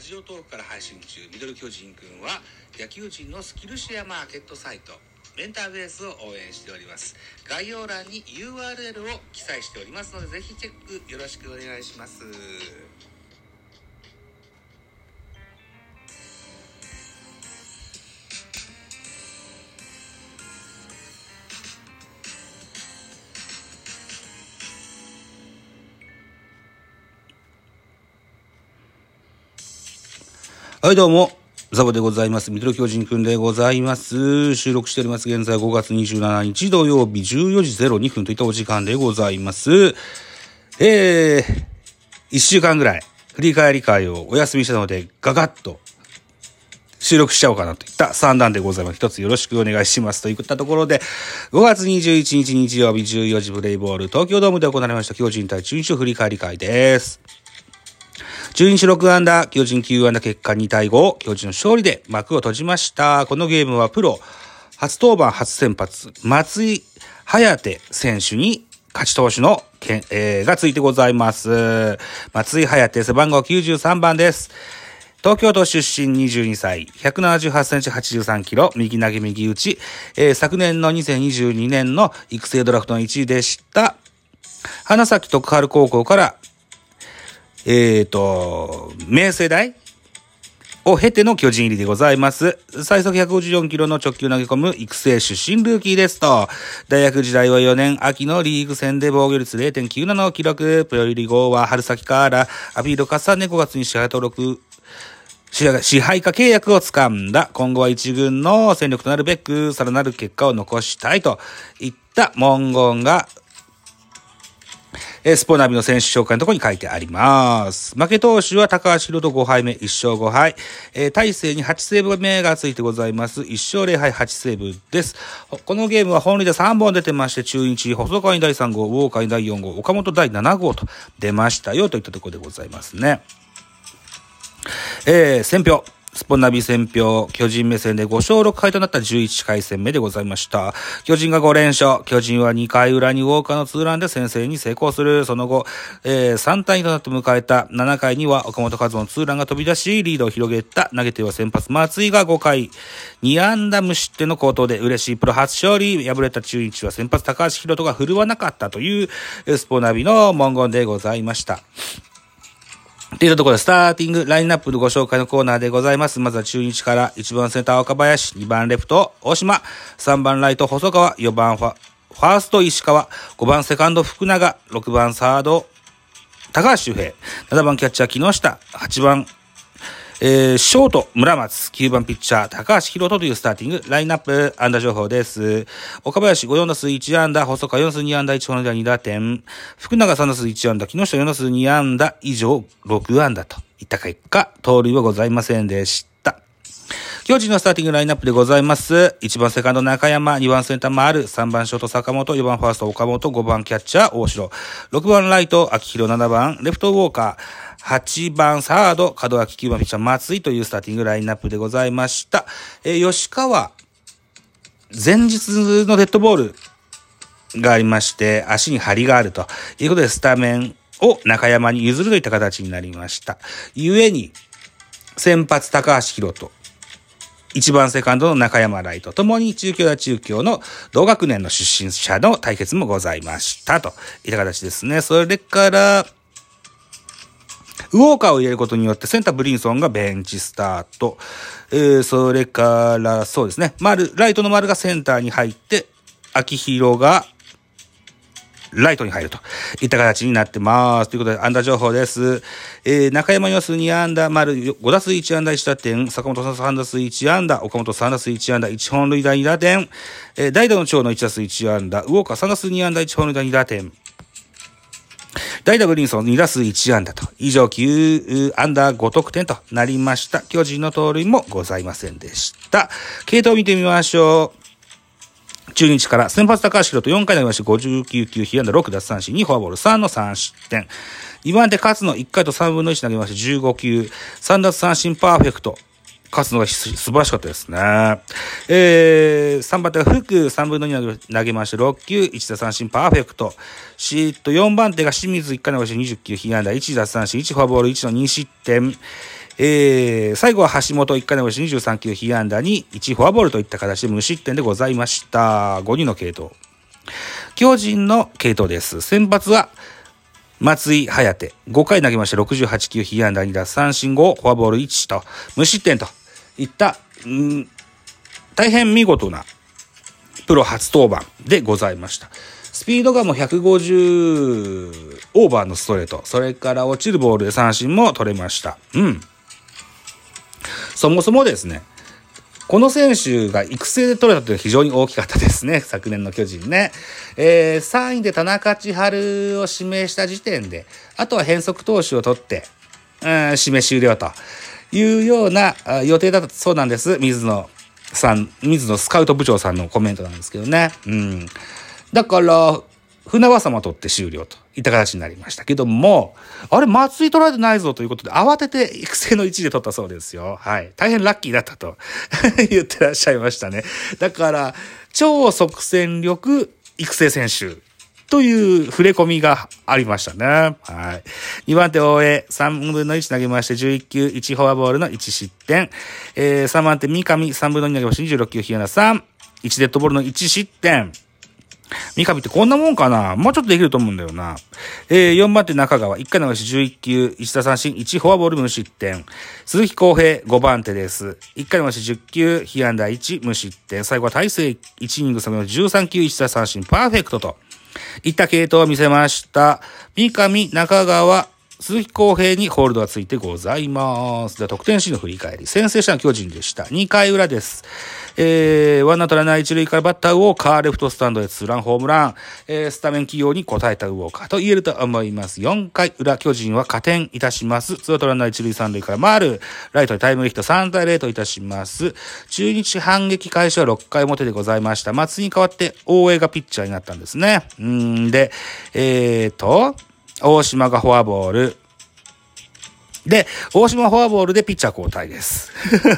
ジオトークから配信中、ミドル巨人くんは野球人のスキルシェアマーケットサイトメンターベースを応援しております。概要欄に URL を記載しておりますので、ぜひチェックよろしくお願いします。 はいどうも、ザボでございます。ミドル巨人くんでございます。収録しております。現在5月27日土曜日14時02分といったお時間でございます。1週間ぐらい振り返り会をお休みしたのでガガッと収録しちゃおうかなといった算段でございます。一つよろしくお願いしますといったところで、5月21日日曜日14時プレイボール東京ドームで行われました巨人対中日を振り返り会です。中日6安打、巨人9安打結果2対5、巨人の勝利で幕を閉じました。このゲームはプロ初登板初先発、松井颯選手に勝ち投手のがついてございます。松井颯背番号93番です。東京都出身22歳、178センチ83キロ、右投げ右打ち、昨年の2022年の育成ドラフトの1位でした。花咲徳栄高校から明星大を経ての巨人入りでございます。最速154キロの直球投げ込む育成出身ルーキーですと。大学時代は4年秋のリーグ戦で防御率 0.97 を記録。プロ入り後は春先からアピールを重ね5月に支配下契約を掴んだ。今後は一軍の戦力となるべくさらなる結果を残したいといった文言がスポナビの選手紹介のところに書いてあります。負け投手は高橋宏斗5敗目、1勝5敗。大勢に8セーブ目がついてございます。1勝0敗8セーブです。このゲームは本塁打3本出てまして、中日、細川に第3号、ウォーカーに第4号、岡本第7号と出ましたよといったところでございますね。選評。スポナビ選評、巨人目線で5勝6敗となった11回戦目でございました。巨人が5連勝。巨人は2回裏にウォーカーのツーランで先制に成功する。その後、3対2となって迎えた7回には岡本和真のツーランが飛び出し、リードを広げた。投げては先発松井が5回、2安打無失点の好投で嬉しいプロ初勝利。敗れた中日は先発高橋宏斗が振るわなかったというスポナビの文言でございました。というところで、スターティングラインナップのご紹介のコーナーでございます。まずは中日から1番センター岡林、2番レフト大島、3番ライト細川、4番ファースト石川、5番セカンド福永、6番サード高橋周平、7番キャッチャー木下、8番ショート村松、9番ピッチャー高橋宏斗というスターティングラインナップ。安打情報です。岡林5、4打数1安打、細川4打数2安打1本塁打2打点、福永3打数1安打、木下4打数2安打以上6安打といった結果、盗塁はございませんでした。巨人のスターティングラインナップでございます。1番セカンド中山、2番センター丸、3番ショート坂本、4番ファースト岡本、5番キャッチャー大城、6番ライト秋広、7番レフトウォーカー、8番サード門脇、9番ピッチャー松井というスターティングラインナップでございました。吉川前日のデッドボールがありまして足に張りがあるということでスタメンを中山に譲るといった形になりました。故に先発高橋宏斗、1番セカンドの中山ライトともに中京や中京の同学年の出身者の対決もございましたといった形ですね。それからウォーカーを入れることによってセンターブリンソンがベンチスタート。それからそうですね。ライトの丸がセンターに入って、秋広がライトに入るといった形になってます。ということで、安打情報です。中山4打数2安打、丸5打数1安打1打点、坂本3打数1安打、岡本3打数1安打、1本塁打2打点、代打の長の1打数1安打、ウォーカー3打数2安打、1本塁打2打点、代打ブリンソン2打数1安打と、以上9安打5得点となりました。巨人の盗塁もございませんでした。系統を見てみましょう。中日から先発高橋宏斗4回投げまして59球、被安打6奪三振2フォアボール3の3失点。2番手勝野1回と3分の1投げまして15球、3奪三振パーフェクト。勝つのが素晴らしかったですね。3番手が福3分の2投げまして6球1打三振パーフェクト。4番手が清水1回投げまして20球被安打1奪三振1フォアボール1の2失点。 最後は橋本1回の星23球被安打に1フォアボールといった形で無失点でございました。5人の継投。巨人の継投です。先発は松井颯。5回投げました68球被安打2奪三振5、フォアボール1と無失点といった、大変見事なプロ初登板でございました。スピードがもう150オーバーのストレート、それから落ちるボールで三振も取れました。そもそもですね、この選手が育成で取れたというのは非常に大きかったですね、昨年の巨人ね。3位で田中千春を指名した時点で、あとは変則投手を取って、指名終了というような予定だったそうなんです。水野スカウト部長さんのコメントなんですけどね。だから船場様取って終了といった形になりましたけども、あれ松井取られてないぞということで慌てて育成の1位で取ったそうですよ。はい、大変ラッキーだったと言ってらっしゃいましたね。だから超即戦力育成選手という触れ込みがありましたね。はい。2番手大江、3分の1投げまして、11球、1フォアボールの1失点。3番手三上、3分の2投げまして、26球、被安打3、1デッドボールの1失点。三上ってこんなもんかな、もうちょっとできると思うんだよな。4番手中川、1回投げまして、11球、1打三振、1フォアボール無失点。鈴木康平、5番手です。1回投げまして、10球、被安打1、無失点。最後は大勢1イニング差の13球、1打三振、パーフェクトといった系統を見せました。三上、中川、鈴木康平にホールドがついてございます。では得点シーンの振り返り。先制したのは巨人でした。2回裏です。ワンアウトランナー一塁からバッターウォーカー、レフトスタンドへツーランホームラン。スタメン起用に応えたウォーカーと言えると思います。4回裏、巨人は加点いたします。ツーアウトランナー一塁三塁から丸、ライトにタイムリーヒット3対0といたします。中日反撃開始は6回表でございました。松井に代わって大江がピッチャーになったんですね。で、大島がフォアボール。で、大島フォアボールでピッチャー交代です。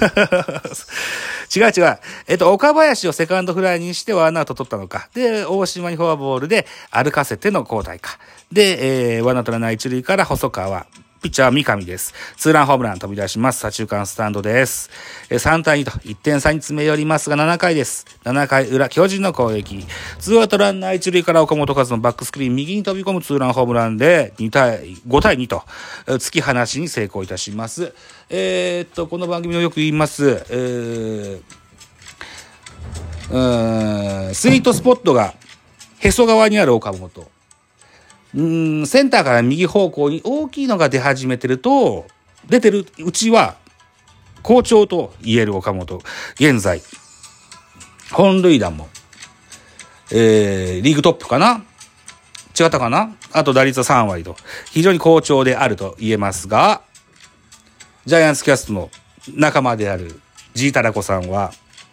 違う。岡林をセカンドフライにしてワンアウト取ったのか。で、大島にフォアボールで歩かせての交代か。で、ワンアウトランナー一塁から細川。ピッチャーは三上です。ツーランホームラン飛び出します。左中間スタンドです。3対2と1点差に詰め寄りますが7回です。7回裏、巨人の攻撃。ツーアウトランナー一塁から岡本和のバックスクリーン右に飛び込むツーランホームランで5対2と突き放しに成功いたします。この番組をよく言います、スイートスポットがへそ側にある岡本。センターから右方向に大きいのが出始めてると、出てるうちは好調と言える岡本。現在、本塁打も、リーグトップかな？違ったかな？あと打率は3割と、非常に好調であると言えますが、ジャイアンツキャストの仲間であるGタラコさんは、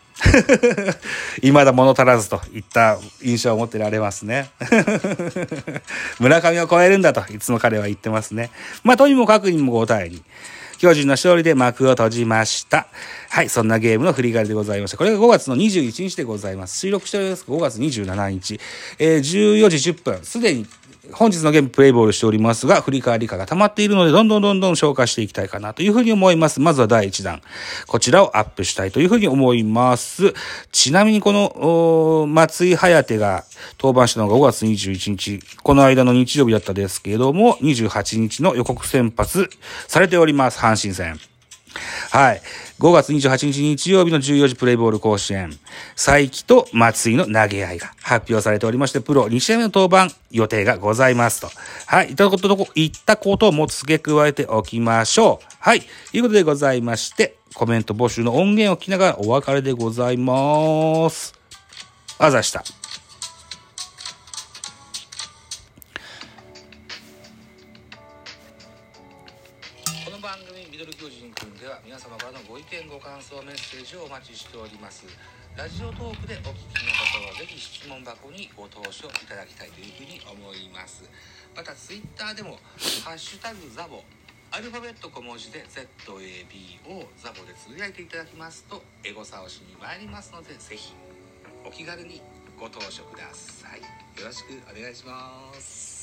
未だ物足らずといった印象を持ってられますね。村上を超えるんだといつも彼は言ってますね。とにもかくにも5対2。巨人の勝利で幕を閉じました。はい、そんなゲームの振り返りでございました。これが5月の21日でございます。収録しております5月27日、14時10分、すでに本日のゲームプレイボールしておりますが、振り返り化が溜まっているので、どんどん消化していきたいかなというふうに思います。まずは第1弾。こちらをアップしたいというふうに思います。ちなみにこの、松井颯が登板したのが5月21日、この間の日曜日だったですけれども、28日の予告先発されております。阪神戦。はい。5月28日日曜日の14時プレイボール甲子園、才木と松井の投げ合いが発表されておりまして、プロ2試合目の登板予定がございますと。はい。いったことをも付け加えておきましょう。はい。ということでございまして、コメント募集の音源を聞きながらお別れでございます。あざした。この番組ミドル巨人くんでは皆様からのご意見ご感想メッセージをお待ちしております。ラジオトークでお聞きの方はぜひ質問箱にご投書いただきたいというふうに思います。またツイッターでもハッシュタグザボ、アルファベット小文字で ZAB をザボでつぶやいていただきますとエゴサをしに参りますので、ぜひお気軽にご投書ください。よろしくお願いします。